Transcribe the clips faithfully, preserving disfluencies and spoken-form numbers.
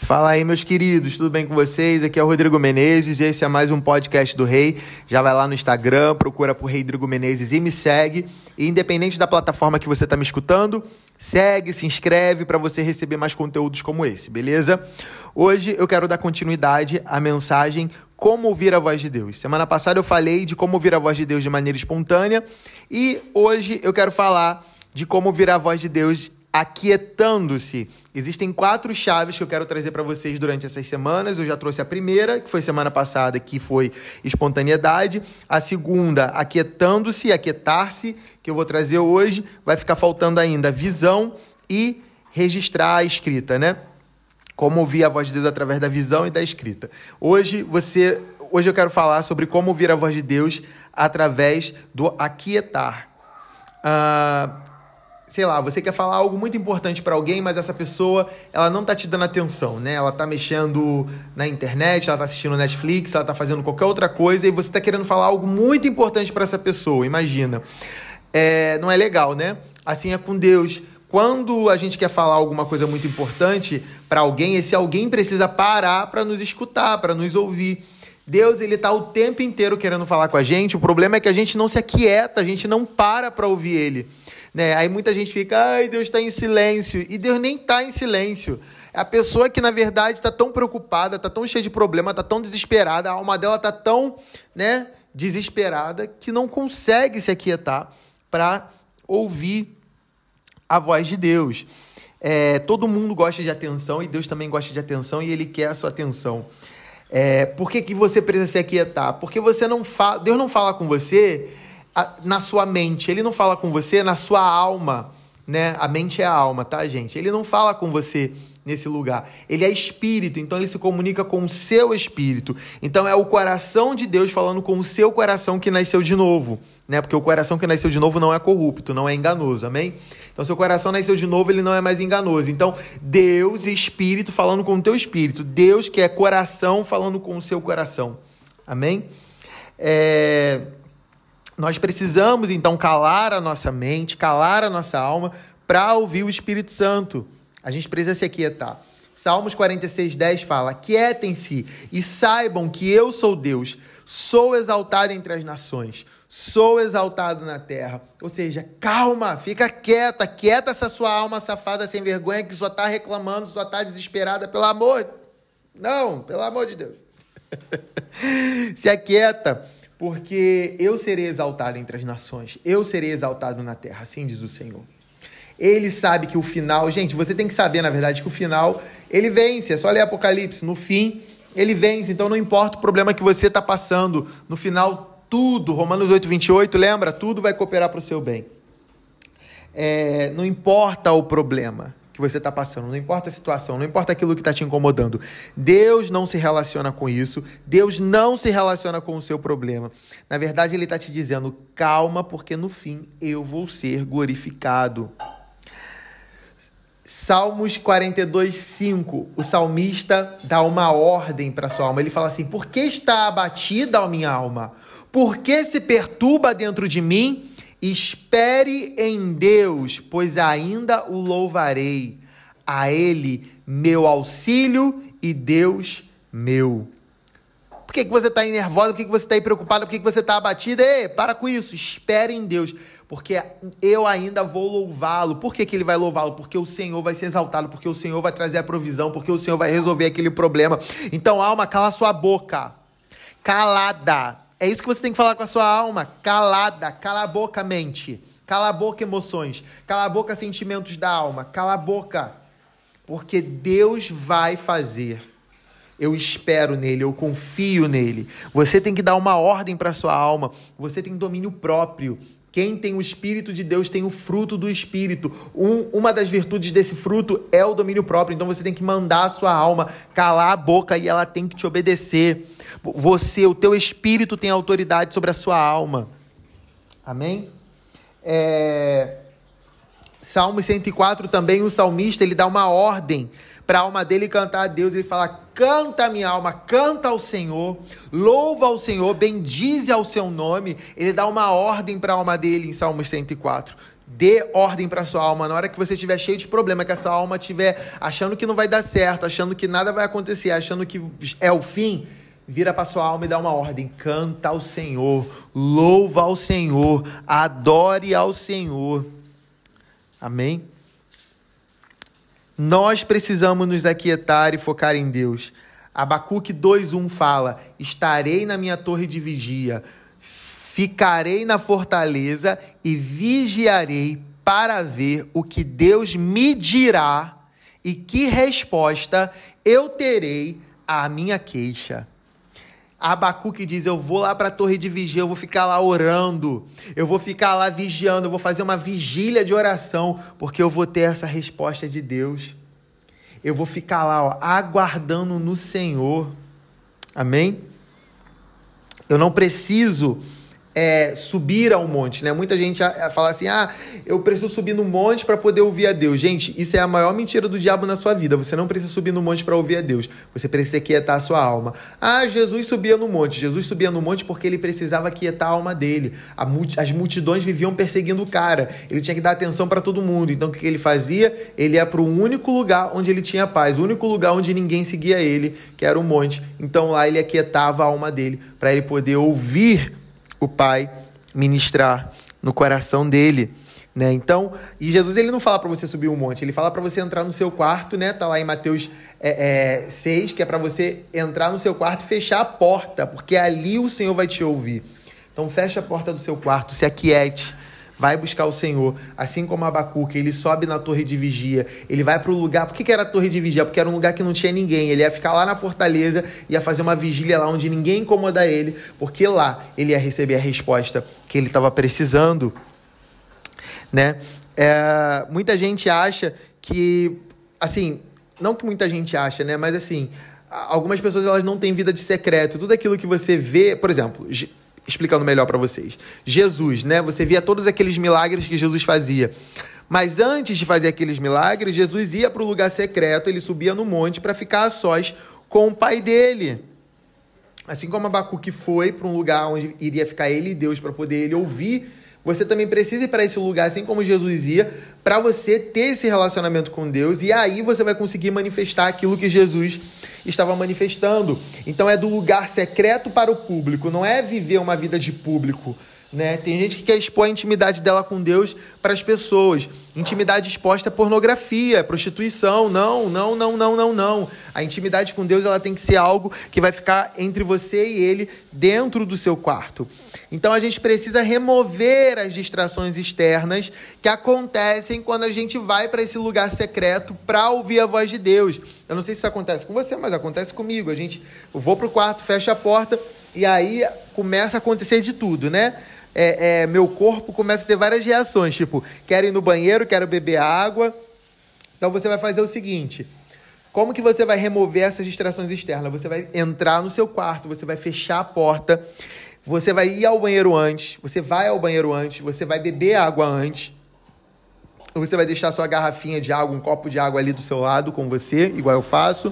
Fala aí, meus queridos, tudo bem com vocês? Aqui é o Rodrigo Menezes e esse é mais um podcast do Rei. Já vai lá no Instagram, procura por Rodrigo Menezes e me segue. E independente da plataforma que você está me escutando, segue, se inscreve para você receber mais conteúdos como esse, beleza? Hoje eu quero dar continuidade à mensagem Como Ouvir a Voz de Deus. Semana passada eu falei de como ouvir a voz de Deus de maneira espontânea e hoje eu quero falar de como ouvir a voz de Deus aquietando-se. Existem quatro chaves que eu quero trazer para vocês durante essas semanas. Eu já trouxe a primeira, que foi semana passada, que foi espontaneidade. A segunda, aquietando-se, aquietar-se, que eu vou trazer hoje. Vai ficar faltando ainda visão e registrar a escrita, né? Como ouvir a voz de Deus através da visão e da escrita. Hoje, você, hoje eu quero falar sobre como ouvir a voz de Deus através do aquietar. Ah... Sei lá, você quer falar algo muito importante para alguém, mas essa pessoa, ela não tá te dando atenção, né? Ela tá mexendo na internet, ela tá assistindo Netflix, ela tá fazendo qualquer outra coisa e você tá querendo falar algo muito importante para essa pessoa, imagina. É, não é legal, né? Assim é com Deus. Quando a gente quer falar alguma coisa muito importante para alguém, esse alguém precisa parar para nos escutar, para nos ouvir. Deus, ele tá o tempo inteiro querendo falar com a gente, o problema é que a gente não se aquieta, a gente não para para ouvir ele. Né? Aí muita gente fica, ai, Deus está em silêncio. E Deus nem está em silêncio. É a pessoa que, na verdade, está tão preocupada, está tão cheia de problema, está tão desesperada, a alma dela está tão, né, desesperada, que não consegue se aquietar para ouvir a voz de Deus. É, todo mundo gosta de atenção e Deus também gosta de atenção e Ele quer a sua atenção. É, por que, que você precisa se aquietar? Porque você não fala, Deus não fala com você na sua mente, ele não fala com você na sua alma, né? A mente é a alma, tá, gente? Ele não fala com você nesse lugar. Ele é espírito, então ele se comunica com o seu espírito. Então é o coração de Deus falando com o seu coração que nasceu de novo, né? Porque o coração que nasceu de novo não é corrupto, não é enganoso, amém? Então seu coração nasceu de novo, ele não é mais enganoso. Então Deus e espírito falando com o teu espírito. Deus que é coração falando com o seu coração, amém? É... Nós precisamos, então, calar a nossa mente, calar a nossa alma para ouvir o Espírito Santo. A gente precisa se aquietar. Salmos quarenta e seis, dez fala, aquietem-se e saibam que eu sou Deus, sou exaltado entre as nações, sou exaltado na terra. Ou seja, calma, fica quieta, quieta essa sua alma safada sem vergonha que só está reclamando, só está desesperada, pelo amor. Não, pelo amor de Deus. Se aquieta. Porque eu serei exaltado entre as nações, eu serei exaltado na terra, assim diz o Senhor. Ele sabe que o final, gente, você tem que saber, na verdade, que o final, ele vence, é só ler Apocalipse, no fim, ele vence, então não importa o problema que você está passando, no final, tudo, Romanos oito, vinte e oito, lembra? Tudo vai cooperar para o seu bem. É, não importa o problema que você está passando, não importa a situação, não importa aquilo que está te incomodando. Deus não se relaciona com isso, Deus não se relaciona com o seu problema. Na verdade, Ele está te dizendo, calma, porque no fim eu vou ser glorificado. Salmos quarenta e dois, cinco, o salmista dá uma ordem para a sua alma. Ele fala assim, por que está abatida a minha alma? Por que se perturba dentro de mim? Espere em Deus, pois ainda o louvarei. A Ele, meu auxílio e Deus meu. Por que, que você está aí nervosa? Por que, que você está aí preocupada? Por que, que você está abatida? Ei, para com isso, espere em Deus, porque eu ainda vou louvá-lo. Por que, que Ele vai louvá-lo? Porque o Senhor vai ser exaltado, porque o Senhor vai trazer a provisão, porque o Senhor vai resolver aquele problema. Então, alma, cala sua boca. Calada. É isso que você tem que falar com a sua alma, calada, cala a boca, mente, cala a boca, emoções, cala a boca, sentimentos da alma, cala a boca, porque Deus vai fazer. Eu espero nele, eu confio nele. Você tem que dar uma ordem para a sua alma, você tem domínio próprio. Quem tem o Espírito de Deus tem o fruto do Espírito. Um, uma das virtudes desse fruto é o domínio próprio. Então você tem que mandar a sua alma calar a boca e ela tem que te obedecer. Você, o teu Espírito tem autoridade sobre a sua alma. Amém? É... Salmo cento e quatro também, o salmista, ele dá uma ordem para a alma dele cantar a Deus. Ele fala, canta minha alma, canta ao Senhor, louva ao Senhor, bendize ao seu nome. Ele dá uma ordem para a alma dele em Salmos cento e quatro. Dê ordem para sua alma. Na hora que você estiver cheio de problema, que a sua alma estiver achando que não vai dar certo, achando que nada vai acontecer, achando que é o fim, vira para sua alma e dá uma ordem. Canta ao Senhor, louva ao Senhor, adore ao Senhor. Amém? Nós precisamos nos aquietar e focar em Deus. Abacuque dois, um fala: estarei na minha torre de vigia, ficarei na fortaleza e vigiarei para ver o que Deus me dirá e que resposta eu terei à minha queixa. Abacuque diz: eu vou lá para a torre de vigia, eu vou ficar lá orando, eu vou ficar lá vigiando, eu vou fazer uma vigília de oração, porque eu vou ter essa resposta de Deus. Eu vou ficar lá, ó, aguardando no Senhor. Amém? Eu não preciso é, subir ao monte, né? Muita gente fala assim: ah, eu preciso subir no monte para poder ouvir a Deus. Gente, isso é a maior mentira do diabo na sua vida. Você não precisa subir no monte para ouvir a Deus. Você precisa quietar a sua alma. Ah, Jesus subia no monte. Jesus subia no monte porque ele precisava quietar a alma dele. A multi... As multidões viviam perseguindo o cara. Ele tinha que dar atenção para todo mundo. Então, o que ele fazia? Ele ia para o único lugar onde ele tinha paz. O único lugar onde ninguém seguia ele, que era o monte. Então, lá ele aquietava a alma dele para ele poder ouvir o Pai ministrar no coração dele, né? Então, e Jesus, ele não fala para você subir um monte, ele fala para você entrar no seu quarto, né? Tá lá em Mateus é, é, seis, que é para você entrar no seu quarto e fechar a porta, porque ali o Senhor vai te ouvir. Então, fecha a porta do seu quarto, se aquiete, vai buscar o Senhor, assim como Abacuque, ele sobe na torre de vigia, ele vai para o lugar. Por que que era a torre de vigia? Porque era um lugar que não tinha ninguém, ele ia ficar lá na fortaleza, ia fazer uma vigília lá onde ninguém incomoda ele, porque lá ele ia receber a resposta que ele estava precisando, né? É, muita gente acha que, assim, não que muita gente acha, né? Mas assim, algumas pessoas, elas não têm vida de secreto, tudo aquilo que você vê, por exemplo, explicando melhor para vocês. Jesus, né? Você via todos aqueles milagres que Jesus fazia. Mas antes de fazer aqueles milagres, Jesus ia para o lugar secreto, ele subia no monte para ficar a sós com o pai dele. Assim como Abacuque foi para um lugar onde iria ficar ele e Deus para poder ele ouvir, você também precisa ir para esse lugar, assim como Jesus ia, para você ter esse relacionamento com Deus, e aí você vai conseguir manifestar aquilo que Jesus estava manifestando. Então é do lugar secreto para o público, não é viver uma vida de público, né? Tem gente que quer expor a intimidade dela com Deus para as pessoas. Intimidade exposta à pornografia, prostituição. Não, não, não, não, não, não. A intimidade com Deus, ela tem que ser algo que vai ficar entre você e ele dentro do seu quarto. Então a gente precisa remover as distrações externas que acontecem quando a gente vai para esse lugar secreto para ouvir a voz de Deus. Eu não sei se isso acontece com você, mas acontece comigo. A gente, eu vou para o quarto, fecho a porta e aí começa a acontecer de tudo, né? É, é, meu corpo começa a ter várias reações, tipo, quero ir no banheiro, quero beber água. Então você vai fazer o seguinte: como que você vai remover essas distrações externas? Você vai entrar no seu quarto, você vai fechar a porta, você vai ir ao banheiro antes, você vai ao banheiro antes, você vai beber água antes, ou você vai deixar sua garrafinha de água, um copo de água ali do seu lado com você, igual eu faço.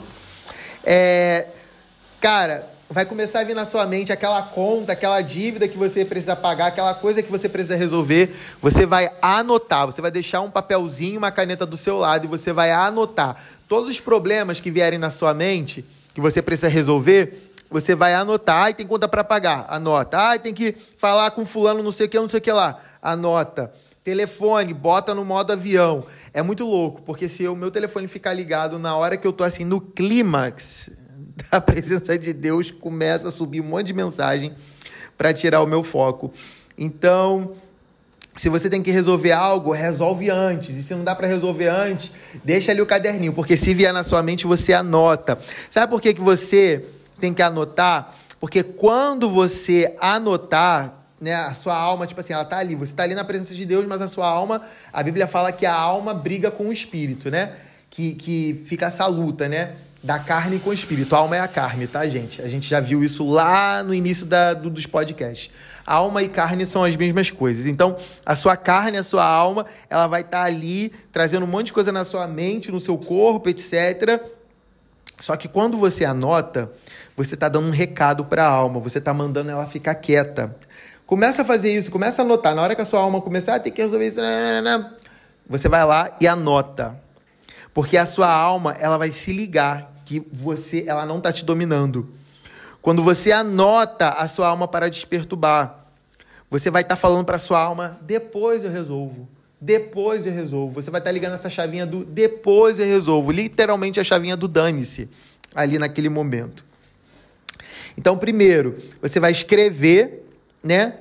É, cara... vai começar a vir na sua mente aquela conta, aquela dívida que você precisa pagar, aquela coisa que você precisa resolver. Você vai anotar, você vai deixar um papelzinho, uma caneta do seu lado e você vai anotar todos os problemas que vierem na sua mente, que você precisa resolver. Você vai anotar. Ai, tem conta para pagar, anota. Ai, tem que falar com fulano, não sei o que, não sei o que lá, anota. Telefone, bota no modo avião. É muito louco, porque se o meu telefone ficar ligado na hora que eu tô assim no clímax da presença de Deus, começa a subir um monte de mensagem para tirar o meu foco. Então, se você tem que resolver algo, resolve antes. E se não dá para resolver antes, deixa ali o caderninho, porque se vier na sua mente, você anota. Sabe por que que você tem que anotar? Porque quando você anotar, né, a sua alma, tipo assim, ela tá ali, você tá ali na presença de Deus, mas a sua alma, a Bíblia fala que a alma briga com o espírito, né? Que, que fica essa luta, né? Da carne com o espírito. A alma é a carne, tá, gente? A gente já viu isso lá no início da, do, dos podcasts. Alma e carne são as mesmas coisas. Então, a sua carne, a sua alma, ela vai estar ali, trazendo um monte de coisa na sua mente, no seu corpo, etcétera. Só que quando você anota, você está dando um recado para a alma, você está mandando ela ficar quieta. Começa a fazer isso, começa a anotar. Na hora que a sua alma começar a ter que resolver isso, você vai lá e anota. Porque a sua alma, ela vai se ligar que você, ela não está te dominando. Quando você anota, a sua alma para de te perturbar. Você vai estar tá falando para a sua alma, depois eu resolvo. Depois eu resolvo. Você vai estar tá ligando essa chavinha do depois eu resolvo. Literalmente a chavinha do dane-se. Ali naquele momento. Então, primeiro, você vai escrever, né,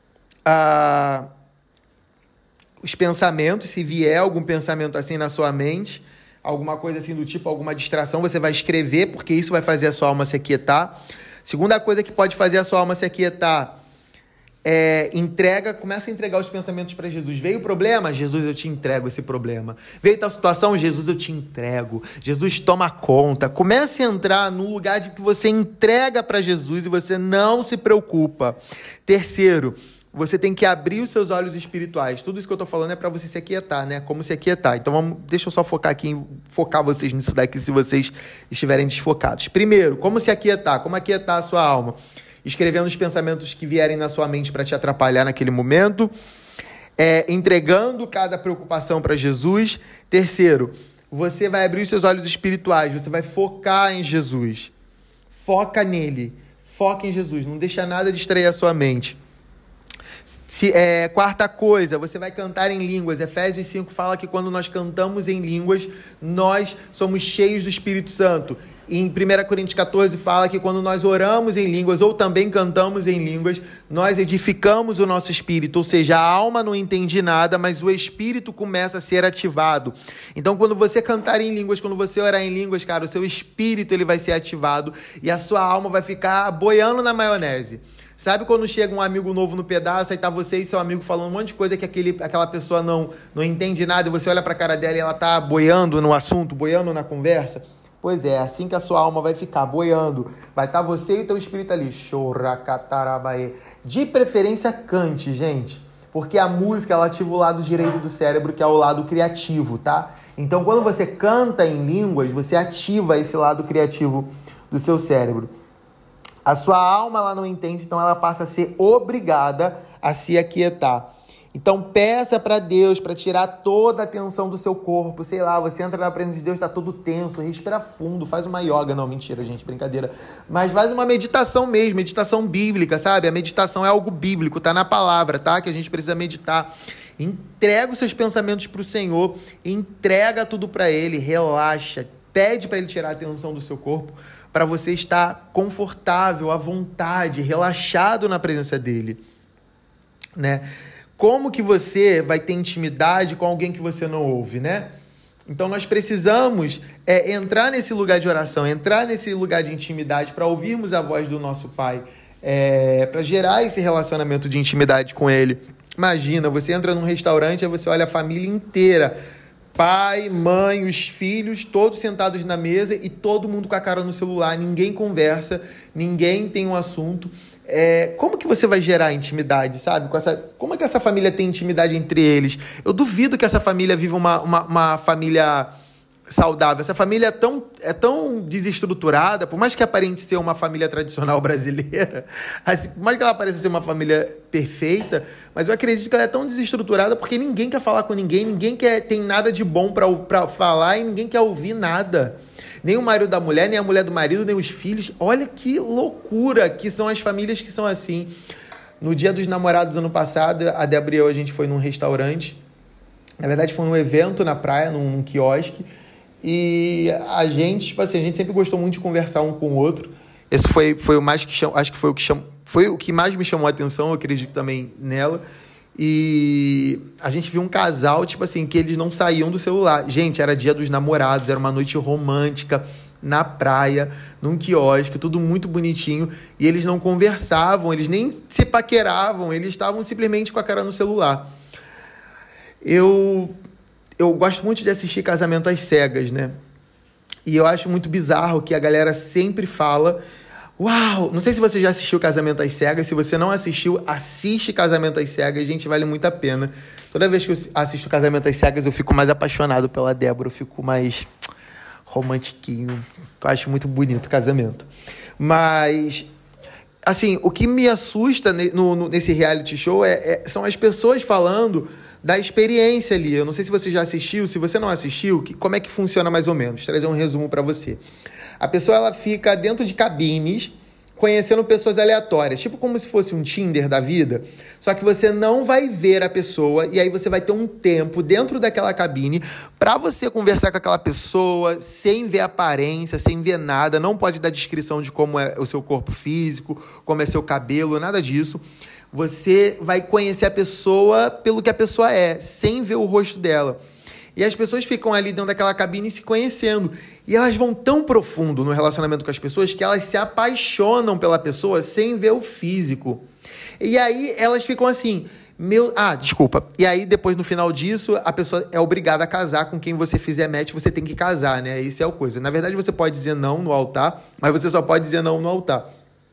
a, os pensamentos, se vier algum pensamento assim na sua mente, alguma coisa assim do tipo, alguma distração, você vai escrever, porque isso vai fazer a sua alma se aquietar. Segunda coisa que pode fazer a sua alma se aquietar é entrega, começa a entregar os pensamentos para Jesus. Veio o problema? Jesus, eu te entrego esse problema. Veio tal situação? Jesus, eu te entrego. Jesus, toma conta. Comece a entrar num lugar de que você entrega para Jesus e você não se preocupa. Terceiro, você tem que abrir os seus olhos espirituais. Tudo isso que eu estou falando é para você se aquietar, né? Como se aquietar. Então, vamos, deixa eu só focar aqui, focar vocês nisso daqui, se vocês estiverem desfocados. Primeiro, como se aquietar? Como aquietar a sua alma? Escrevendo os pensamentos que vierem na sua mente para te atrapalhar naquele momento. É, entregando cada preocupação para Jesus. Terceiro, você vai abrir os seus olhos espirituais. Você vai focar em Jesus. Foca nele. Foca em Jesus. Não deixa nada distrair a sua mente. Se, é, quarta coisa, você vai cantar em línguas. Efésios cinco fala que quando nós cantamos em línguas, nós somos cheios do Espírito Santo. E em primeira Coríntios catorze fala que quando nós oramos em línguas ou também cantamos em línguas, nós edificamos o nosso espírito. Ou seja, a alma não entende nada, mas o espírito começa a ser ativado. Então, quando você cantar em línguas, quando você orar em línguas, cara, o seu espírito ele vai ser ativado e a sua alma vai ficar boiando na maionese. Sabe quando chega um amigo novo no pedaço, aí tá você e seu amigo falando um monte de coisa que aquele, aquela pessoa não, não entende nada, e você olha pra cara dela e ela tá boiando no assunto, boiando na conversa? Pois é, assim que a sua alma vai ficar boiando, vai estar você e o teu espírito ali. Choracatarabaê. De preferência cante, gente, porque a música ela ativa o lado direito do cérebro, que é o lado criativo, tá? Então, quando você canta em línguas, você ativa esse lado criativo do seu cérebro. A sua alma ela não entende, então ela passa a ser obrigada a se aquietar. Então peça para Deus para tirar toda a tensão do seu corpo. Sei lá, você entra na presença de Deus, está todo tenso, respira fundo, faz uma yoga. Não, mentira, gente, brincadeira. Mas faz uma meditação mesmo, meditação bíblica, sabe? A meditação é algo bíblico, tá na palavra, tá? Que a gente precisa meditar. Entrega os seus pensamentos para o Senhor, entrega tudo para Ele, relaxa, pede para Ele tirar a tensão do seu corpo, para você estar confortável, à vontade, relaxado na presença dEle, né? Como que você vai ter intimidade com alguém que você não ouve, né? Então, nós precisamos é, entrar nesse lugar de oração, entrar nesse lugar de intimidade para ouvirmos a voz do nosso Pai, é, para gerar esse relacionamento de intimidade com Ele. Imagina, você entra num restaurante e você olha a família inteira, pai, mãe, os filhos, todos sentados na mesa e todo mundo com a cara no celular, ninguém conversa, ninguém tem um assunto. É, como que você vai gerar intimidade, sabe? Com essa, como é que essa família tem intimidade entre eles? Eu duvido que essa família viva uma, uma, uma família saudável. Essa família é tão, é tão desestruturada, por mais que aparente ser uma família tradicional brasileira, assim, por mais que ela pareça ser uma família perfeita, mas eu acredito que ela é tão desestruturada porque ninguém quer falar com ninguém, ninguém quer, tem nada de bom para falar e ninguém quer ouvir nada. Nem o marido da mulher, nem a mulher do marido, nem os filhos. Olha que loucura que são as famílias que são assim. No dia dos namorados, ano passado, a Débora e eu, a gente foi num restaurante. Na verdade, foi um evento na praia, num, num quiosque. E a gente, tipo assim, a gente sempre gostou muito de conversar um com o outro. Esse foi, foi o mais que cham... acho que foi o que cham... foi o que mais me chamou a atenção, eu acredito também nela. E a gente viu um casal, tipo assim, que eles não saíam do celular. Gente, era dia dos namorados, era uma noite romântica, na praia, num quiosque, tudo muito bonitinho. E eles não conversavam, eles nem se paqueravam, eles estavam simplesmente com a cara no celular. Eu, eu gosto muito de assistir Casamento às Cegas, né? E eu acho muito bizarro que a galera sempre fala... Uau! Não sei se você já assistiu Casamento às Cegas. Se você não assistiu, assiste Casamento às Cegas. Gente, vale muito a pena. Toda vez que eu assisto Casamento às Cegas, eu fico mais apaixonado pela Débora. Eu fico mais romantiquinho. Eu acho muito bonito o casamento. Mas assim, o que me assusta no, no, nesse reality show é, é, são as pessoas falando da experiência ali. Eu não sei se você já assistiu, se você não assistiu, que, como é que funciona mais ou menos. Vou trazer um resumo para você. A pessoa, ela fica dentro de cabines, conhecendo pessoas aleatórias, tipo como se fosse um Tinder da vida, só que você não vai ver a pessoa, e aí você vai ter um tempo dentro daquela cabine para você conversar com aquela pessoa, sem ver aparência, sem ver nada, não pode dar descrição de como é o seu corpo físico, como é seu cabelo, nada disso. Você vai conhecer a pessoa pelo que a pessoa é, sem ver o rosto dela. E as pessoas ficam ali dentro daquela cabine se conhecendo. E elas vão tão profundo no relacionamento com as pessoas que elas se apaixonam pela pessoa sem ver o físico. E aí elas ficam assim... Meu... Ah, desculpa. E aí, depois, no final disso, a pessoa é obrigada a casar com quem você fizer match, você tem que casar, né? Isso é a coisa. Na verdade, você pode dizer não no altar, mas você só pode dizer não no altar.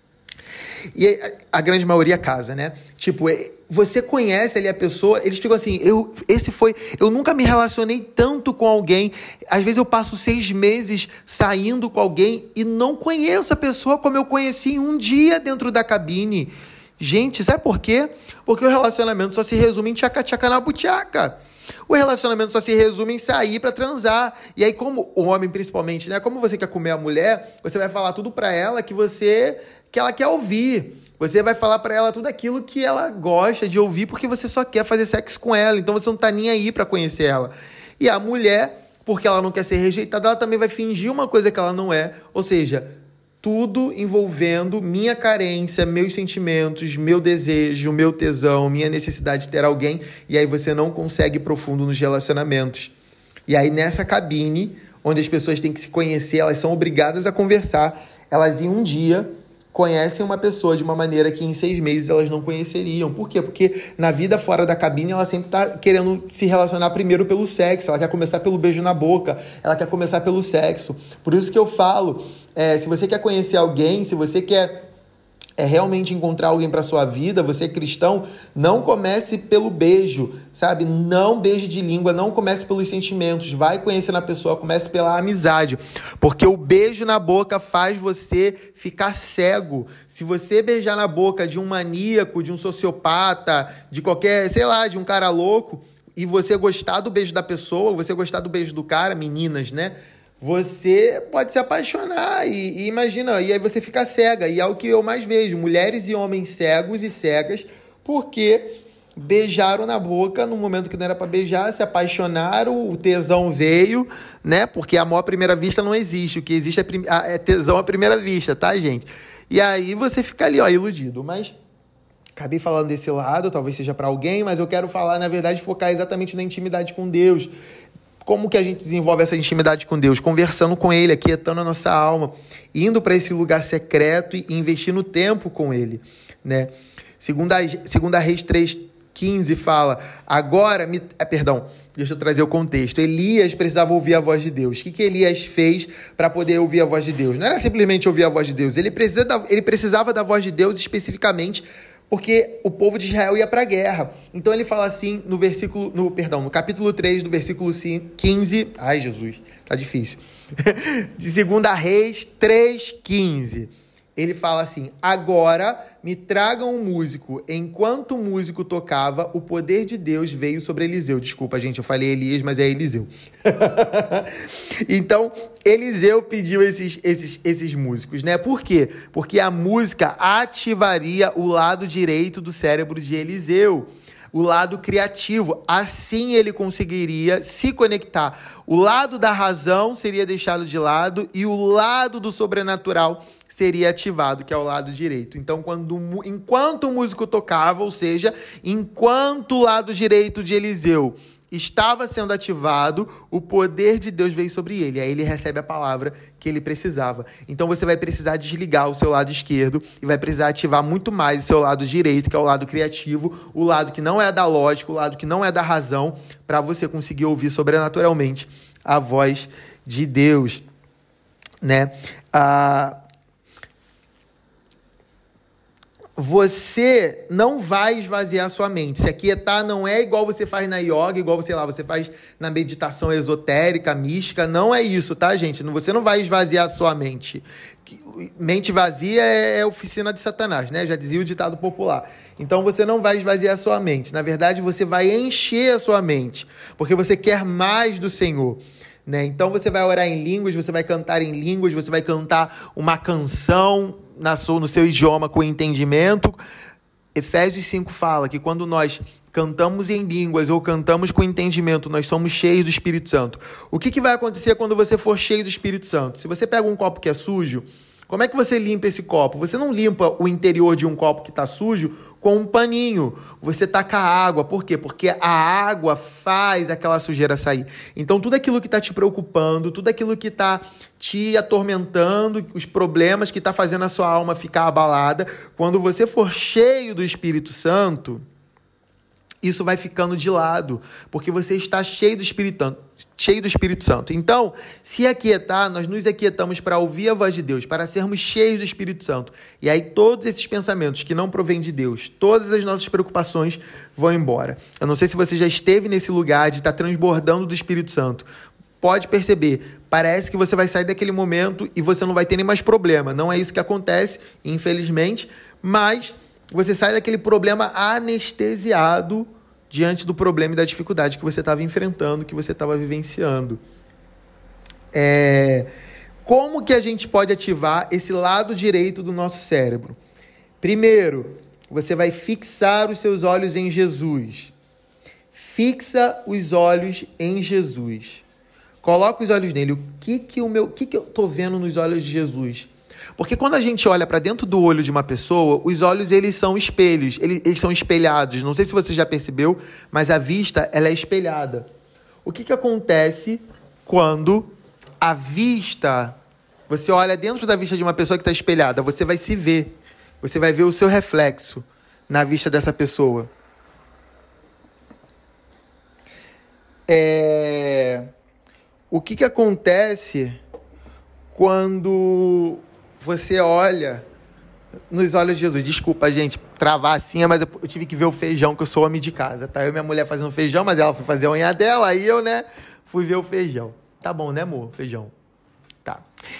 E a grande maioria casa, né? Tipo, você conhece ali a pessoa, eles ficam assim, eu, esse foi, eu nunca me relacionei tanto com alguém, às vezes eu passo seis meses saindo com alguém e não conheço a pessoa como eu conheci em um dia dentro da cabine. Gente, sabe por quê? Porque o relacionamento só se resume em tchaca-tchaca na butiaca. O relacionamento só se resume em sair pra transar. E aí, como o homem principalmente, né? Como você quer comer a mulher, você vai falar tudo pra ela que você... que ela quer ouvir. Você vai falar pra ela tudo aquilo que ela gosta de ouvir porque você só quer fazer sexo com ela. Então você não tá nem aí pra conhecer ela. E a mulher, porque ela não quer ser rejeitada, ela também vai fingir uma coisa que ela não é. Ou seja, tudo envolvendo minha carência, meus sentimentos, meu desejo, meu tesão, minha necessidade de ter alguém. E aí você não consegue ir profundo nos relacionamentos. E aí nessa cabine, onde as pessoas têm que se conhecer, elas são obrigadas a conversar. Elas em um dia... conhecem uma pessoa de uma maneira que em seis meses elas não conheceriam. Por quê? Porque na vida fora da cabine ela sempre está querendo se relacionar primeiro pelo sexo, ela quer começar pelo beijo na boca, ela quer começar pelo sexo. Por isso que eu falo, é, se você quer conhecer alguém, se você quer é, realmente encontrar alguém para sua vida, você é cristão, não comece pelo beijo, sabe? Não beije de língua, não comece pelos sentimentos, vai conhecendo a pessoa, comece pela amizade, porque o beijo na boca faz você ficar cego. Se você beijar na boca de um maníaco, de um sociopata, de qualquer, sei lá, de um cara louco, e você gostar do beijo da pessoa, você gostar do beijo do cara, meninas, né? Você pode se apaixonar e, e imagina, e aí você fica cega. E é o que eu mais vejo, mulheres e homens cegos e cegas, porque beijaram na boca no momento que não era para beijar, se apaixonaram, o tesão veio, né? Porque amor à primeira vista não existe, o que existe é, prim... é tesão à primeira vista, tá, gente? E aí você fica ali, ó, iludido. Mas acabei falando desse lado, talvez seja para alguém, mas eu quero falar, na verdade, focar exatamente na intimidade com Deus. Como que a gente desenvolve essa intimidade com Deus? Conversando com Ele, aquietando a nossa alma, indo para esse lugar secreto e investindo tempo com Ele, né? Segunda, segunda Reis três, quinze fala, agora, me... é, perdão, deixa eu trazer o contexto. Elias precisava ouvir a voz de Deus. O que, que Elias fez para poder ouvir a voz de Deus? Não era simplesmente ouvir a voz de Deus, ele, precisa da... ele precisava da voz de Deus especificamente porque o povo de Israel ia para a guerra. Então ele fala assim no versículo, no, perdão, no capítulo três, do versículo quinze. Ai, Jesus, tá difícil. De segunda Reis três, quinze. Ele fala assim, agora me tragam um músico. Enquanto o músico tocava, o poder de Deus veio sobre Eliseu. Desculpa, gente, eu falei Elias, mas é Eliseu. Então, Eliseu pediu esses, esses, esses músicos, né? Por quê? Porque a música ativaria o lado direito do cérebro de Eliseu, o lado criativo. Assim ele conseguiria se conectar. O lado da razão seria deixado de lado e o lado do sobrenatural seria ativado, que é o lado direito. Então, quando, enquanto o músico tocava, ou seja, enquanto o lado direito de Eliseu estava sendo ativado, o poder de Deus veio sobre ele. Aí ele recebe a palavra que ele precisava. Então você vai precisar desligar o seu lado esquerdo e vai precisar ativar muito mais o seu lado direito, que é o lado criativo, o lado que não é da lógica, o lado que não é da razão, para você conseguir ouvir sobrenaturalmente a voz de Deus, né? Ah... Você não vai esvaziar sua mente. Se aquietar não é igual você faz na yoga, igual você lá, você faz na meditação esotérica, mística. Não é isso, tá, gente? Você não vai esvaziar sua mente. mente vazia é oficina de Satanás, né? Já dizia o ditado popular. Então você não vai esvaziar a sua mente. Na verdade, você vai encher a sua mente, porque você quer mais do Senhor, né? Então você vai orar em línguas, você vai cantar em línguas, você vai cantar uma canção na sua, no seu idioma com entendimento. Efésios cinco fala que quando nós cantamos em línguas ou cantamos com entendimento, nós somos cheios do Espírito Santo. O que, que vai acontecer quando você for cheio do Espírito Santo? Se você pega um copo que é sujo, como é que você limpa esse copo? Você não limpa o interior de um copo que está sujo com um paninho. Você taca água. Por quê? Porque a água faz aquela sujeira sair. Então, tudo aquilo que está te preocupando, tudo aquilo que está te atormentando, os problemas que está fazendo a sua alma ficar abalada, quando você for cheio do Espírito Santo, isso vai ficando de lado, porque você está cheio do Espírito Santo. Cheio do Espírito Santo. Então, se aquietar, nós nos aquietamos para ouvir a voz de Deus, para sermos cheios do Espírito Santo. E aí todos esses pensamentos que não provêm de Deus, todas as nossas preocupações vão embora. Eu não sei se você já esteve nesse lugar de estar transbordando do Espírito Santo. Pode perceber, parece que você vai sair daquele momento e você não vai ter nem mais problema. Não é isso que acontece, infelizmente, mas você sai daquele problema anestesiado diante do problema e da dificuldade que você estava enfrentando, que você estava vivenciando. É... Como que a gente pode ativar esse lado direito do nosso cérebro? Primeiro, você vai fixar os seus olhos em Jesus. Fixa os olhos em Jesus. Coloca os olhos nele. O que que, o meu, o que, que eu estou vendo nos olhos de Jesus? Porque quando a gente olha para dentro do olho de uma pessoa, os olhos eles são espelhos, eles, eles são espelhados. Não sei se você já percebeu, mas a vista ela é espelhada. O que, que acontece quando a vista, você olha dentro da vista de uma pessoa que está espelhada, você vai se ver, você vai ver o seu reflexo na vista dessa pessoa. É... O que, que acontece quando você olha nos olhos de Jesus? Desculpa, gente, travar assim, mas eu tive que ver o feijão, que eu sou homem de casa, tá? Eu e minha mulher fazendo feijão, mas ela foi fazer a unha dela, aí eu, né, fui ver o feijão. Tá bom, né, amor? Feijão. Tá.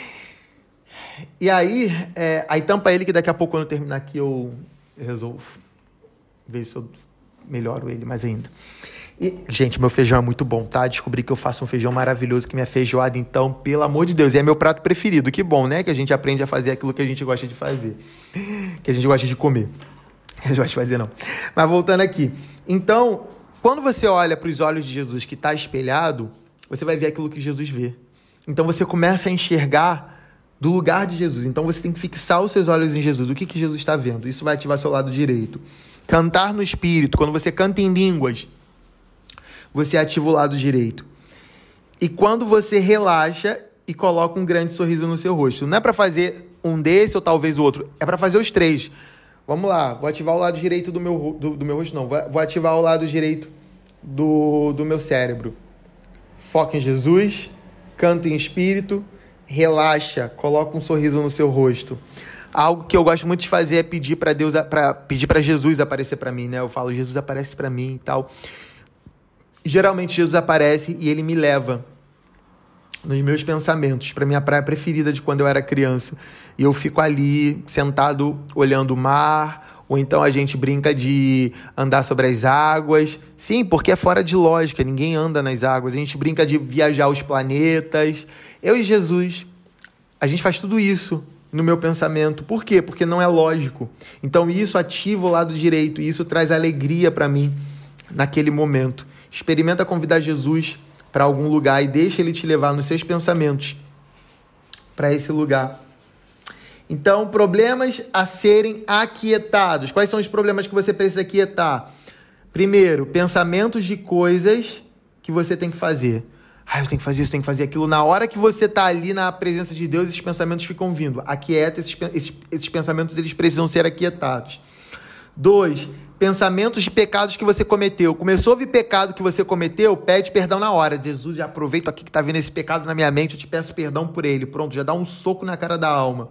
E aí, é, aí tampa ele, que daqui a pouco, quando eu terminar aqui, eu, eu resolvo ver se eu melhoro ele mais ainda. E, gente, meu feijão é muito bom, tá? Descobri que eu faço um feijão maravilhoso, que minha feijoada, então, pelo amor de Deus, é meu prato preferido. Que bom, né? Que a gente aprende a fazer aquilo que a gente gosta de fazer. Que a gente gosta de comer. Eu não gosto de fazer, não. Mas voltando aqui. Então, quando você olha para os olhos de Jesus que está espelhado, você vai ver aquilo que Jesus vê. Então, você começa a enxergar do lugar de Jesus. Então, você tem que fixar os seus olhos em Jesus. O que, que Jesus está vendo? Isso vai ativar seu lado direito. Cantar no Espírito. Quando você canta em línguas, você ativa o lado direito. E quando você relaxa e coloca um grande sorriso no seu rosto. Não é para fazer um desse ou talvez o outro. É para fazer os três. Vamos lá. Vou ativar o lado direito do meu, do, do meu rosto. Não. Vou ativar o lado direito do, do meu cérebro. Foca em Jesus. Canta em espírito. Relaxa. Coloca um sorriso no seu rosto. Algo que eu gosto muito de fazer é pedir para Deus, para pedir para Jesus aparecer para mim, né? Eu falo, Jesus aparece para mim e tal. Geralmente Jesus aparece e ele me leva nos meus pensamentos para minha praia preferida de quando eu era criança. E eu fico ali sentado olhando o mar, ou então a gente brinca de andar sobre as águas. Sim, porque é fora de lógica, ninguém anda nas águas. A gente brinca de viajar os planetas. Eu e Jesus, a gente faz tudo isso no meu pensamento. Por quê? Porque não é lógico. Então isso ativa o lado direito e isso traz alegria para mim naquele momento. Experimenta convidar Jesus para algum lugar e deixa ele te levar nos seus pensamentos para esse lugar. Então, problemas a serem aquietados. Quais são os problemas que você precisa aquietar? Primeiro, pensamentos de coisas que você tem que fazer. Ah, eu tenho que fazer isso, tenho que fazer aquilo. Na hora que você está ali na presença de Deus, esses pensamentos ficam vindo. Aquieta, esses, esses, esses pensamentos eles precisam ser aquietados. Dois, pensamentos de pecados que você cometeu. Começou a vir pecado que você cometeu, pede perdão na hora. Jesus, já aproveito aqui que está vindo esse pecado na minha mente, eu te peço perdão por ele. Pronto, já dá um soco na cara da alma.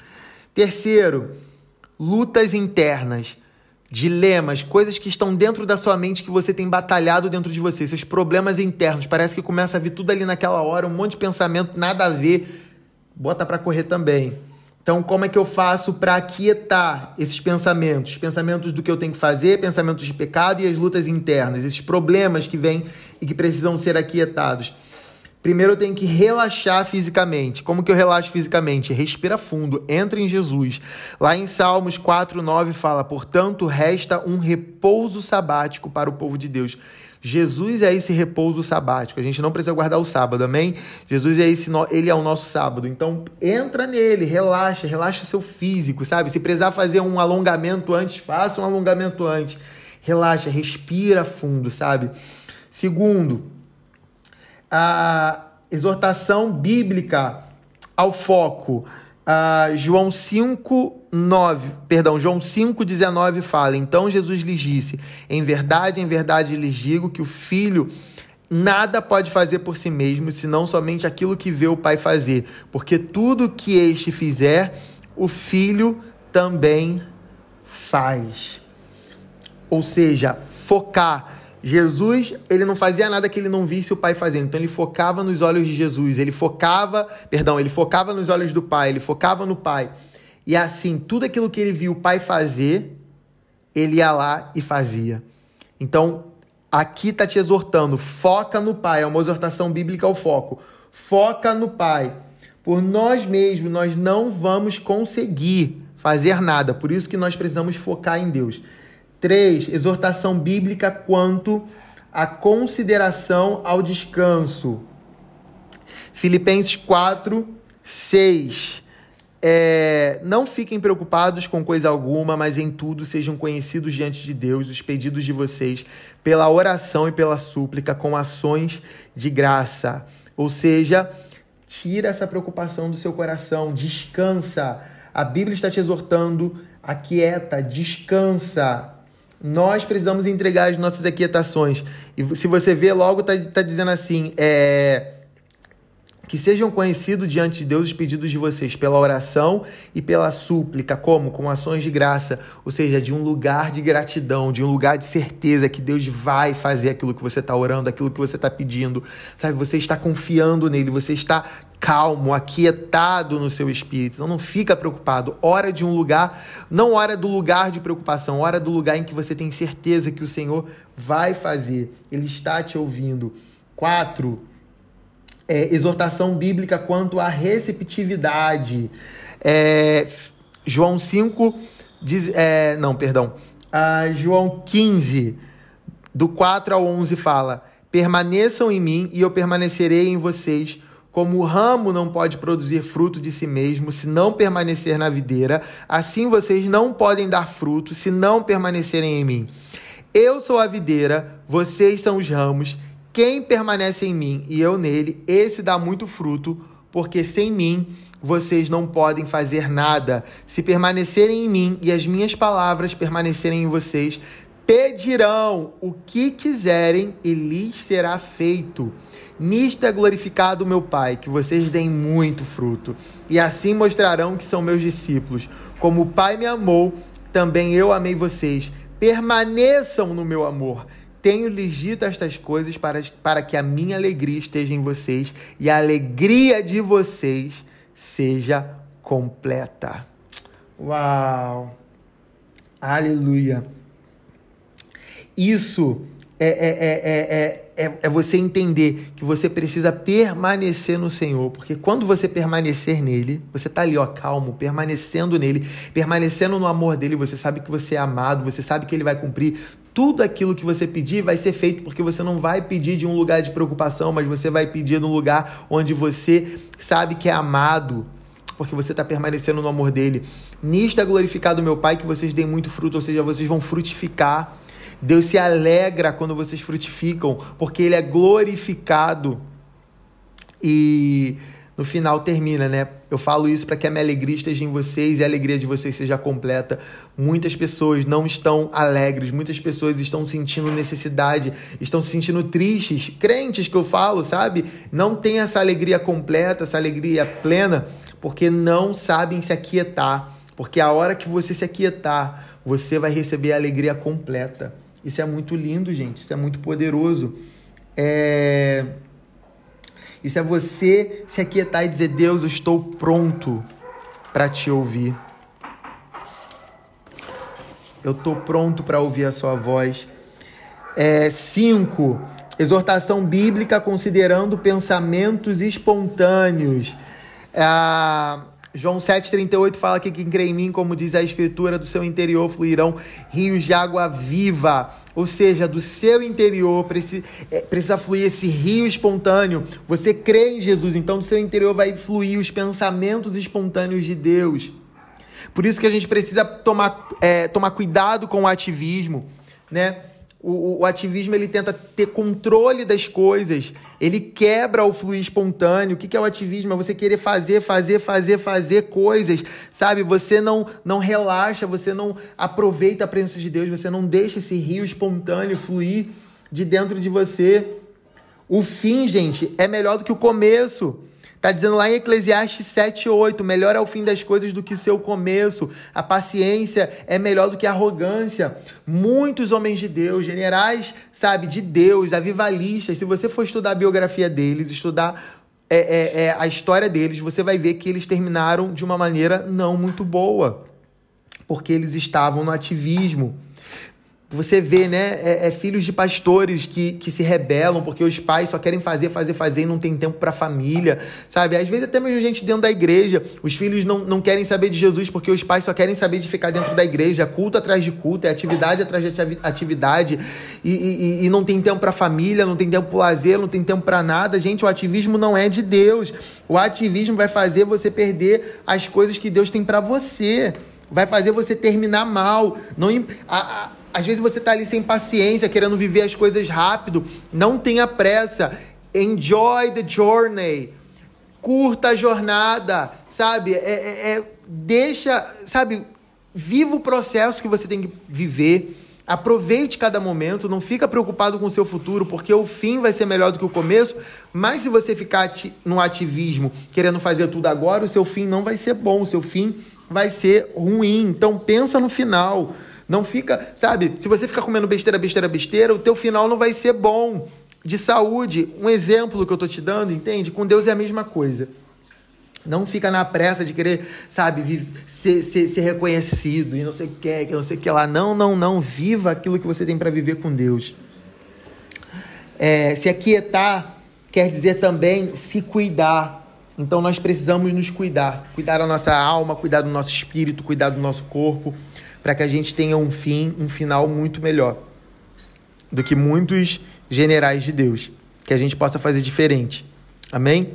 Terceiro, lutas internas, dilemas, coisas que estão dentro da sua mente que você tem batalhado dentro de você, seus problemas internos. Parece que começa a vir tudo ali naquela hora, um monte de pensamento, nada a ver. Bota para correr também. Então, como é que eu faço para aquietar esses pensamentos? Pensamentos do que eu tenho que fazer, pensamentos de pecado e as lutas internas, esses problemas que vêm e que precisam ser aquietados. Primeiro eu tenho que relaxar fisicamente. Como que eu relaxo fisicamente? Respira fundo, entra em Jesus. Lá em Salmos quatro, nove fala, portanto, resta um repouso sabático para o povo de Deus. Jesus é esse repouso sabático. A gente não precisa guardar o sábado, amém? Jesus é esse, ele é o nosso sábado. Então, entra nele, relaxa, relaxa o seu físico, sabe? Se precisar fazer um alongamento antes, faça um alongamento antes. Relaxa, respira fundo, sabe? Segundo, a exortação bíblica ao foco. Uh, João cinco, nove, perdão, João cinco, dezenove fala, então Jesus lhes disse, em verdade, em verdade lhes digo que o filho nada pode fazer por si mesmo, senão somente aquilo que vê o pai fazer, porque tudo que este fizer, o filho também faz. Ou seja, focar. Jesus, ele não fazia nada que ele não visse o Pai fazendo. Então, ele focava nos olhos de Jesus. Ele focava, perdão, ele focava nos olhos do Pai. Ele focava no Pai. E assim, tudo aquilo que ele viu o Pai fazer, ele ia lá e fazia. Então, aqui está te exortando. Foca no Pai. É uma exortação bíblica ao foco. Foca no Pai. Por nós mesmos, nós não vamos conseguir fazer nada. Por isso que nós precisamos focar em Deus. três. Exortação bíblica quanto à consideração ao descanso. Filipenses quatro, seis. É, não fiquem preocupados com coisa alguma, mas em tudo sejam conhecidos diante de Deus os pedidos de vocês pela oração e pela súplica com ações de graça. Ou seja, tira essa preocupação do seu coração, descansa. A Bíblia está te exortando, aquieta, descansa. Nós precisamos entregar as nossas aquietações. E se você vê, logo está tá dizendo assim, é, que sejam conhecidos diante de Deus os pedidos de vocês pela oração e pela súplica, como? Com ações de graça, ou seja, de um lugar de gratidão, de um lugar de certeza que Deus vai fazer aquilo que você está orando, aquilo que você está pedindo, sabe? Você está confiando nele, você está calmo, aquietado no seu espírito. Então não fica preocupado. Ora de um lugar, não ora do lugar de preocupação, ora do lugar em que você tem certeza que o Senhor vai fazer. Ele está te ouvindo. Quatro, é, exortação bíblica quanto à receptividade. É, João cinco, diz, é, não, perdão. Ah, João quinze, do quatro ao onze fala, permaneçam em mim e eu permanecerei em vocês. Como o ramo não pode produzir fruto de si mesmo se não permanecer na videira, assim vocês não podem dar fruto se não permanecerem em mim. Eu sou a videira, vocês são os ramos. Quem permanece em mim e eu nele, esse dá muito fruto, porque sem mim vocês não podem fazer nada. Se permanecerem em mim e as minhas palavras permanecerem em vocês, pedirão o que quiserem e lhes será feito. Nisto é glorificado o meu Pai, que vocês deem muito fruto, e assim mostrarão que são meus discípulos. Como o Pai me amou, também eu amei vocês. Permaneçam no meu amor. Tenho-lhes dito estas coisas para, para que a minha alegria esteja em vocês e a alegria de vocês seja completa. Uau! Aleluia! Isso é, é, é, é, é, é você entender que você precisa permanecer no Senhor, porque quando você permanecer nele, você está ali, ó, calmo, permanecendo nele, permanecendo no amor dele, você sabe que você é amado, você sabe que ele vai cumprir tudo aquilo que você pedir, vai ser feito, porque você não vai pedir de um lugar de preocupação, mas você vai pedir num lugar onde você sabe que é amado, porque você está permanecendo no amor dele. Nisto é glorificado meu Pai, que vocês deem muito fruto, ou seja, vocês vão frutificar. Deus se alegra quando vocês frutificam, porque ele é glorificado. E no final termina, né? Eu falo isso para que a minha alegria esteja em vocês e a alegria de vocês seja completa. Muitas pessoas não estão alegres, muitas pessoas estão sentindo necessidade, estão se sentindo tristes. Crentes que eu falo, sabe? Não tem essa alegria completa, essa alegria plena, porque não sabem se aquietar. Porque a hora que você se aquietar, você vai receber a alegria completa. Isso é muito lindo, gente. Isso é muito poderoso. É... Isso é você se aquietar e dizer, Deus, eu estou pronto. para te ouvir. Eu estou pronto para ouvir a sua voz. É, cinco, exortação bíblica considerando pensamentos espontâneos. É, João sete, trinta e oito fala que quem crê em mim, como diz a Escritura, do seu interior fluirão rios de água viva. Ou seja, do seu interior precisa, é, precisa fluir esse rio espontâneo. Você crê em Jesus, então do seu interior vai fluir os pensamentos espontâneos de Deus. Por isso que a gente precisa tomar, é, tomar cuidado com o ativismo, né? O, o ativismo, ele tenta ter controle das coisas, ele quebra o fluir espontâneo. O que, que é o ativismo? É você querer fazer, fazer, fazer, fazer coisas, sabe? Você não, não relaxa, você não aproveita a presença de Deus, você não deixa esse rio espontâneo fluir de dentro de você. O fim, gente, é melhor do que o começo. Está dizendo lá em Eclesiastes sete, oito, melhor é o fim das coisas do que seu começo. A paciência é melhor do que a arrogância. Muitos homens de Deus, generais, sabe, de Deus, avivalistas, se você for estudar a biografia deles, estudar é, é, é, a história deles, você vai ver que eles terminaram de uma maneira não muito boa, porque eles estavam no ativismo. Você vê, né, é, é filhos de pastores que, que se rebelam porque os pais só querem fazer, fazer, fazer e não tem tempo para a família, sabe? Às vezes até mesmo gente dentro da igreja, os filhos não, não querem saber de Jesus porque os pais só querem saber de ficar dentro da igreja, culto atrás de culto, é atividade atrás de atividade e, e, e não tem tempo para a família, não tem tempo para o lazer, não tem tempo para nada. Gente, o ativismo não é de Deus. O ativismo vai fazer você perder as coisas que Deus tem para você, vai fazer você terminar mal. Não, a, a, Às vezes você está ali sem paciência, querendo viver as coisas rápido. Não tenha pressa. Enjoy the journey. Curta a jornada, sabe? É, é, é, deixa, sabe? Viva o processo que você tem que viver. Aproveite cada momento. Não fica preocupado com o seu futuro, porque o fim vai ser melhor do que o começo. Mas se você ficar ati- no ativismo, querendo fazer tudo agora, o seu fim não vai ser bom. O seu fim vai ser ruim. Então pensa no final. Não fica, sabe, se você ficar comendo besteira, besteira, besteira, o teu final não vai ser bom, de saúde. Um exemplo que eu tô te dando, entende? Com Deus é a mesma coisa. Não fica na pressa de querer, sabe, viver, ser, ser, ser reconhecido e não sei o que, que não sei o que lá. Não, não, não. Viva aquilo que você tem para viver com Deus. É, se aquietar quer dizer também se cuidar. Então nós precisamos nos cuidar. Cuidar da nossa alma, cuidar do nosso espírito, cuidar do nosso corpo, para que a gente tenha um fim, um final muito melhor do que muitos generais de Deus, que a gente possa fazer diferente. Amém?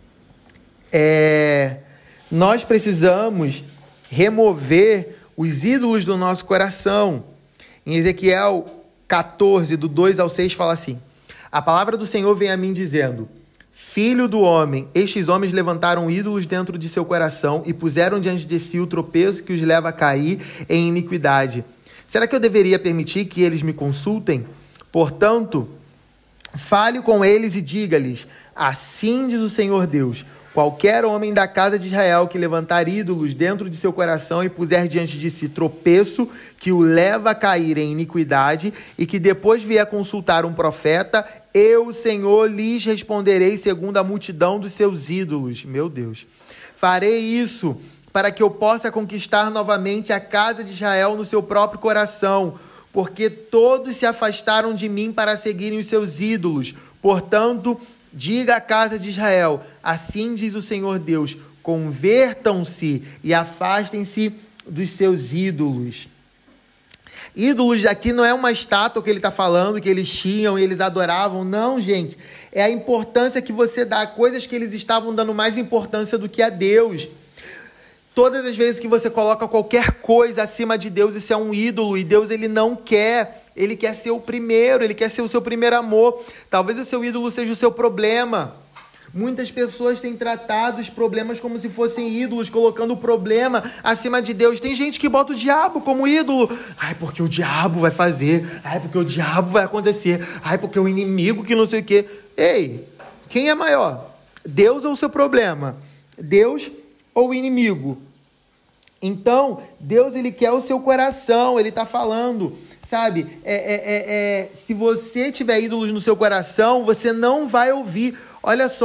É, nós precisamos remover os ídolos do nosso coração. Em Ezequiel catorze, do dois ao seis, fala assim: a palavra do Senhor vem a mim dizendo: Filho do homem, estes homens levantaram ídolos dentro de seu coração e puseram diante de si o tropeço que os leva a cair em iniquidade. Será que eu deveria permitir que eles me consultem? Portanto, fale com eles e diga-lhes: assim diz o Senhor Deus, qualquer homem da casa de Israel que levantar ídolos dentro de seu coração e puser diante de si tropeço que o leva a cair em iniquidade e que depois vier consultar um profeta, eu, Senhor, lhes responderei segundo a multidão dos seus ídolos. Meu Deus. Farei isso para que eu possa conquistar novamente a casa de Israel no seu próprio coração, porque todos se afastaram de mim para seguirem os seus ídolos. Portanto, diga à casa de Israel: assim diz o Senhor Deus, convertam-se e afastem-se dos seus ídolos. Ídolos aqui não é uma estátua que ele está falando, que eles tinham e eles adoravam. Não, gente. É a importância que você dá a coisas que eles estavam dando mais importância do que a Deus. Todas as vezes que você coloca qualquer coisa acima de Deus, isso é um ídolo. E Deus, ele não quer. Ele quer ser o primeiro. Ele quer ser o seu primeiro amor. Talvez o seu ídolo seja o seu problema. Muitas pessoas têm tratado os problemas como se fossem ídolos, colocando o problema acima de Deus. Tem gente que bota o diabo como ídolo. Ai, porque o diabo vai fazer. Ai, porque o diabo vai acontecer. Ai, porque o inimigo que não sei o quê. Ei, quem é maior? Deus ou o seu problema? Deus ou o inimigo? Então, Deus, ele quer o seu coração. Ele está falando, sabe? É, é, é, é, se você tiver ídolos no seu coração, você não vai ouvir. Olha só,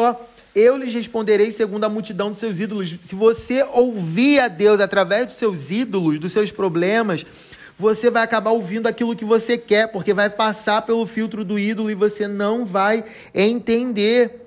eu lhes responderei segundo a multidão dos seus ídolos. Se você ouvir a Deus através dos seus ídolos, dos seus problemas, você vai acabar ouvindo aquilo que você quer, porque vai passar pelo filtro do ídolo e você não vai entender.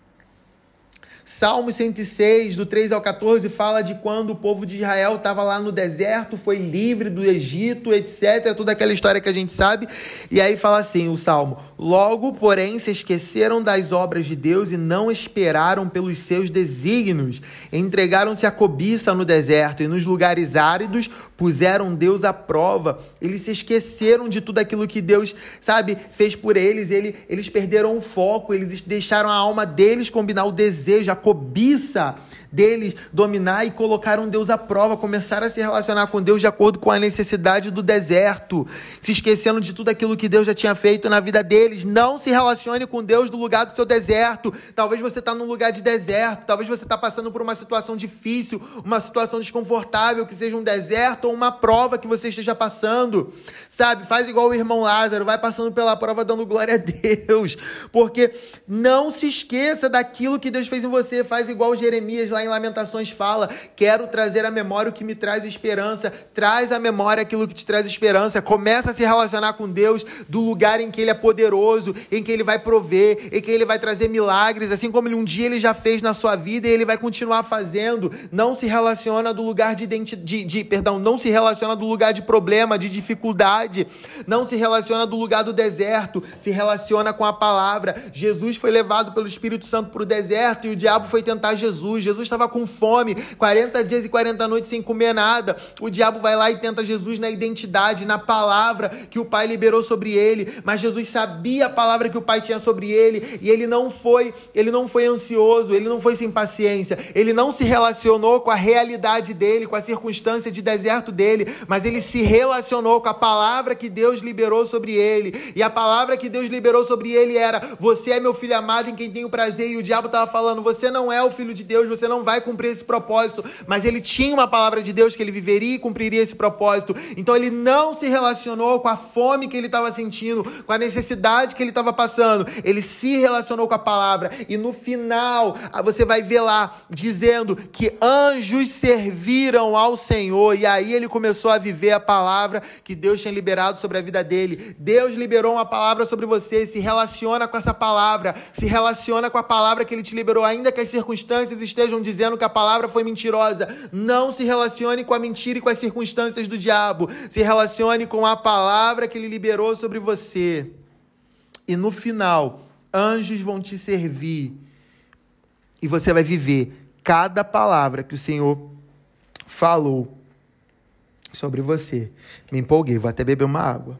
Salmo cento e seis, do três ao quatorze, fala de quando o povo de Israel estava lá no deserto, foi livre do Egito, etcétera. Toda aquela história que a gente sabe. E aí fala assim, o Salmo: logo, porém, se esqueceram das obras de Deus e não esperaram pelos seus desígnios. Entregaram-se à cobiça no deserto e nos lugares áridos puseram Deus à prova. Eles se esqueceram de tudo aquilo que Deus, sabe, fez por eles. Ele, eles perderam o foco, eles deixaram a alma deles combinar o desejo, a cobiça deles dominar e colocaram Deus à prova, começaram a se relacionar com Deus de acordo com a necessidade do deserto, se esquecendo de tudo aquilo que Deus já tinha feito na vida deles. Não se relacione com Deus do lugar do seu deserto. Talvez você está num lugar de deserto, talvez você está passando por uma situação difícil, uma situação desconfortável, que seja um deserto ou uma prova que você esteja passando, sabe? Faz igual o irmão Lázaro, vai passando pela prova dando glória a Deus, porque não se esqueça daquilo que Deus fez em você. Faz igual Jeremias lá em Lamentações fala: quero trazer à memória o que me traz esperança. Traz à memória aquilo que te traz esperança. Começa a se relacionar com Deus do lugar em que Ele é poderoso, em que Ele vai prover, em que Ele vai trazer milagres, assim como Ele um dia Ele já fez na sua vida e Ele vai continuar fazendo. Não se relaciona do lugar de, identi- de, de perdão, não se relaciona do lugar de problema, de dificuldade. Não se relaciona do lugar do deserto. Se relaciona com a palavra. Jesus foi levado pelo Espírito Santo para o deserto e o diabo foi tentar Jesus. Jesus estava com fome, quarenta dias e quarenta noites sem comer nada. O diabo vai lá e tenta Jesus na identidade, na palavra que o Pai liberou sobre ele, mas Jesus sabia a palavra que o Pai tinha sobre ele, e ele não foi, ele não foi ansioso, ele não foi sem paciência, ele não se relacionou com a realidade dele, com a circunstância de deserto dele, mas ele se relacionou com a palavra que Deus liberou sobre ele, e a palavra que Deus liberou sobre ele era: você é meu filho amado em quem tenho prazer. E o diabo estava falando: você não é o filho de Deus, você não vai cumprir esse propósito. Mas ele tinha uma palavra de Deus que ele viveria e cumpriria esse propósito. Então ele não se relacionou com a fome que ele estava sentindo, com a necessidade que ele estava passando. Ele se relacionou com a palavra. E no final, você vai ver lá, dizendo que anjos serviram ao Senhor. E aí ele começou a viver a palavra que Deus tinha liberado sobre a vida dele. Deus liberou uma palavra sobre você. Se relaciona com essa palavra. Se relaciona com a palavra que ele te liberou, ainda que as circunstâncias estejam dizendo que a palavra foi mentirosa. Não se relacione com a mentira e com as circunstâncias do diabo. Se relacione com a palavra que ele liberou sobre você. E no final, anjos vão te servir. E você vai viver cada palavra que o Senhor falou sobre você. Me empolguei, vou até beber uma água.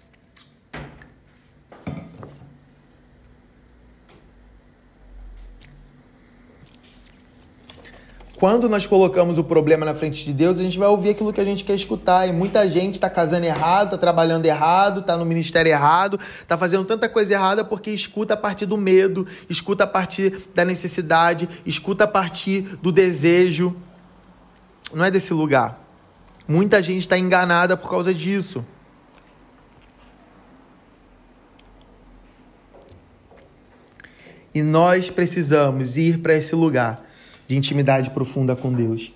Quando nós colocamos o problema na frente de Deus, a gente vai ouvir aquilo que a gente quer escutar. E muita gente está casando errado, está trabalhando errado, está no ministério errado, está fazendo tanta coisa errada porque escuta a partir do medo, escuta a partir da necessidade, escuta a partir do desejo. Não é desse lugar. Muita gente está enganada por causa disso. E nós precisamos ir para esse lugar de intimidade profunda com Deus.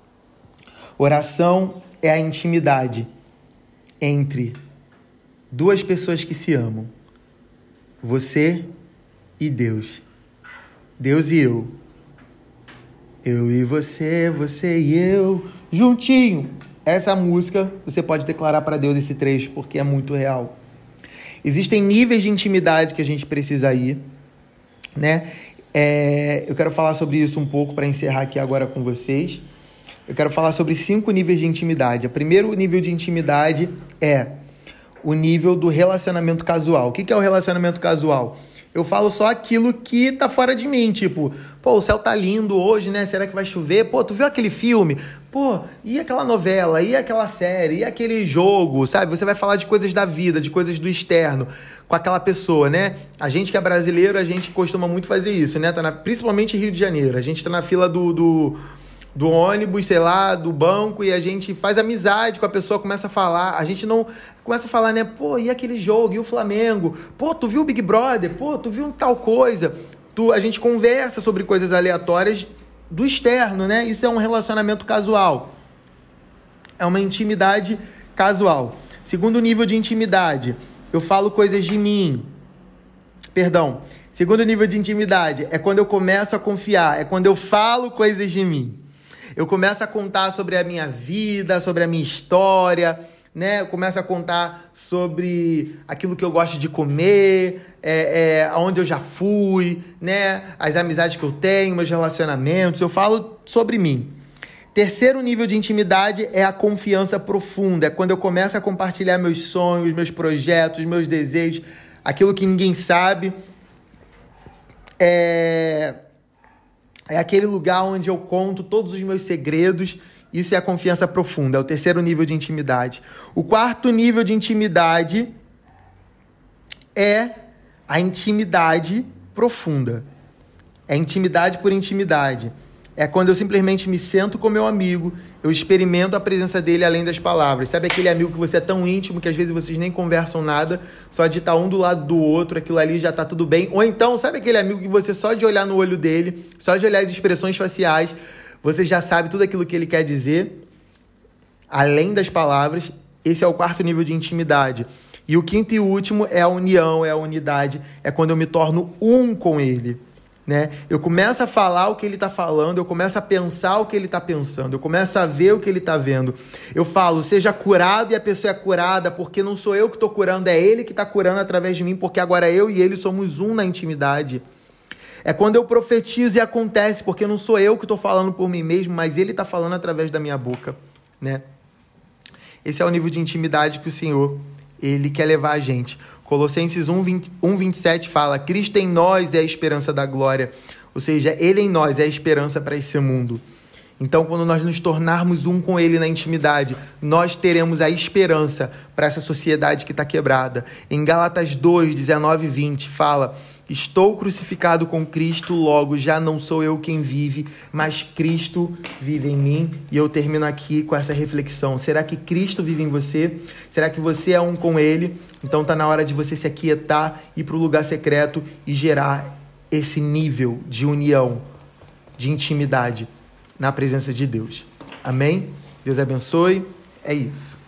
Oração é a intimidade entre duas pessoas que se amam. Você e Deus. Deus e eu. Eu e você, você e eu, juntinho. Essa música, você pode declarar para Deus esse trecho, porque é muito real. Existem níveis de intimidade que a gente precisa ir, né? É, eu quero falar sobre isso um pouco para encerrar aqui agora com vocês. Eu quero falar sobre cinco níveis de intimidade. O primeiro nível de intimidade é o nível do relacionamento casual. O que é o relacionamento casual? Eu falo só aquilo que tá fora de mim, tipo, pô, o céu tá lindo hoje, né? Será que vai chover? Pô, tu viu aquele filme? Pô, e aquela novela? E aquela série? E aquele jogo? Sabe? Você vai falar de coisas da vida, de coisas do externo com aquela pessoa, né? A gente que é brasileiro, a gente costuma muito fazer isso, né? Tá na, principalmente Rio de Janeiro. A gente tá na fila do... do do ônibus, sei lá, do banco, e a gente faz amizade com a pessoa, começa a falar, a gente não começa a falar, né, pô, e aquele jogo, e o Flamengo, pô, tu viu o Big Brother, pô, tu viu tal coisa, tu, a gente conversa sobre coisas aleatórias do externo, né? Isso é um relacionamento casual. É uma intimidade casual. Segundo nível de intimidade, eu falo coisas de mim. Perdão. Segundo nível de intimidade é quando eu começo a confiar, é quando eu falo coisas de mim. Eu começo a contar sobre a minha vida, sobre a minha história, né? Eu começo a contar sobre aquilo que eu gosto de comer, é, é, aonde eu já fui, né? As amizades que eu tenho, meus relacionamentos. Eu falo sobre mim. Terceiro nível de intimidade é a confiança profunda. É quando eu começo a compartilhar meus sonhos, meus projetos, meus desejos, aquilo que ninguém sabe. É... é aquele lugar onde eu conto todos os meus segredos. Isso é a confiança profunda, é o terceiro nível de intimidade. O quarto nível de intimidade é a intimidade profunda. É intimidade por intimidade. É quando eu simplesmente me sento com meu amigo, eu experimento a presença dele além das palavras. Sabe aquele amigo que você é tão íntimo que às vezes vocês nem conversam nada, só de estar um do lado do outro, aquilo ali já está tudo bem? Ou então, sabe aquele amigo que você só de olhar no olho dele, só de olhar as expressões faciais, você já sabe tudo aquilo que ele quer dizer, além das palavras? Esse é o quarto nível de intimidade. E o quinto e último é a união, é a unidade, é quando eu me torno um com ele. Né? Eu começo a falar o que ele está falando, eu começo a pensar o que ele está pensando, eu começo a ver o que ele está vendo. Eu falo, seja curado, e a pessoa é curada, porque não sou eu que estou curando, é ele que está curando através de mim, porque agora eu e ele somos um na intimidade. É quando eu profetizo e acontece, porque não sou eu que estou falando por mim mesmo, mas ele está falando através da minha boca. Né? Esse é o nível de intimidade que o Senhor ele quer levar a gente. Colossenses um, vinte, um, vinte e sete fala, Cristo em nós é a esperança da glória. Ou seja, Ele em nós é a esperança para esse mundo. Então, quando nós nos tornarmos um com Ele na intimidade, nós teremos a esperança para essa sociedade que está quebrada. Em Gálatas dois, dezenove e vinte fala, estou crucificado com Cristo, logo já não sou eu quem vive, mas Cristo vive em mim. E eu termino aqui com essa reflexão. Será que Cristo vive em você? Será que você é um com Ele? Então está na hora de você se aquietar, ir para o lugar secreto e gerar esse nível de união, de intimidade na presença de Deus. Amém? Deus abençoe. É isso.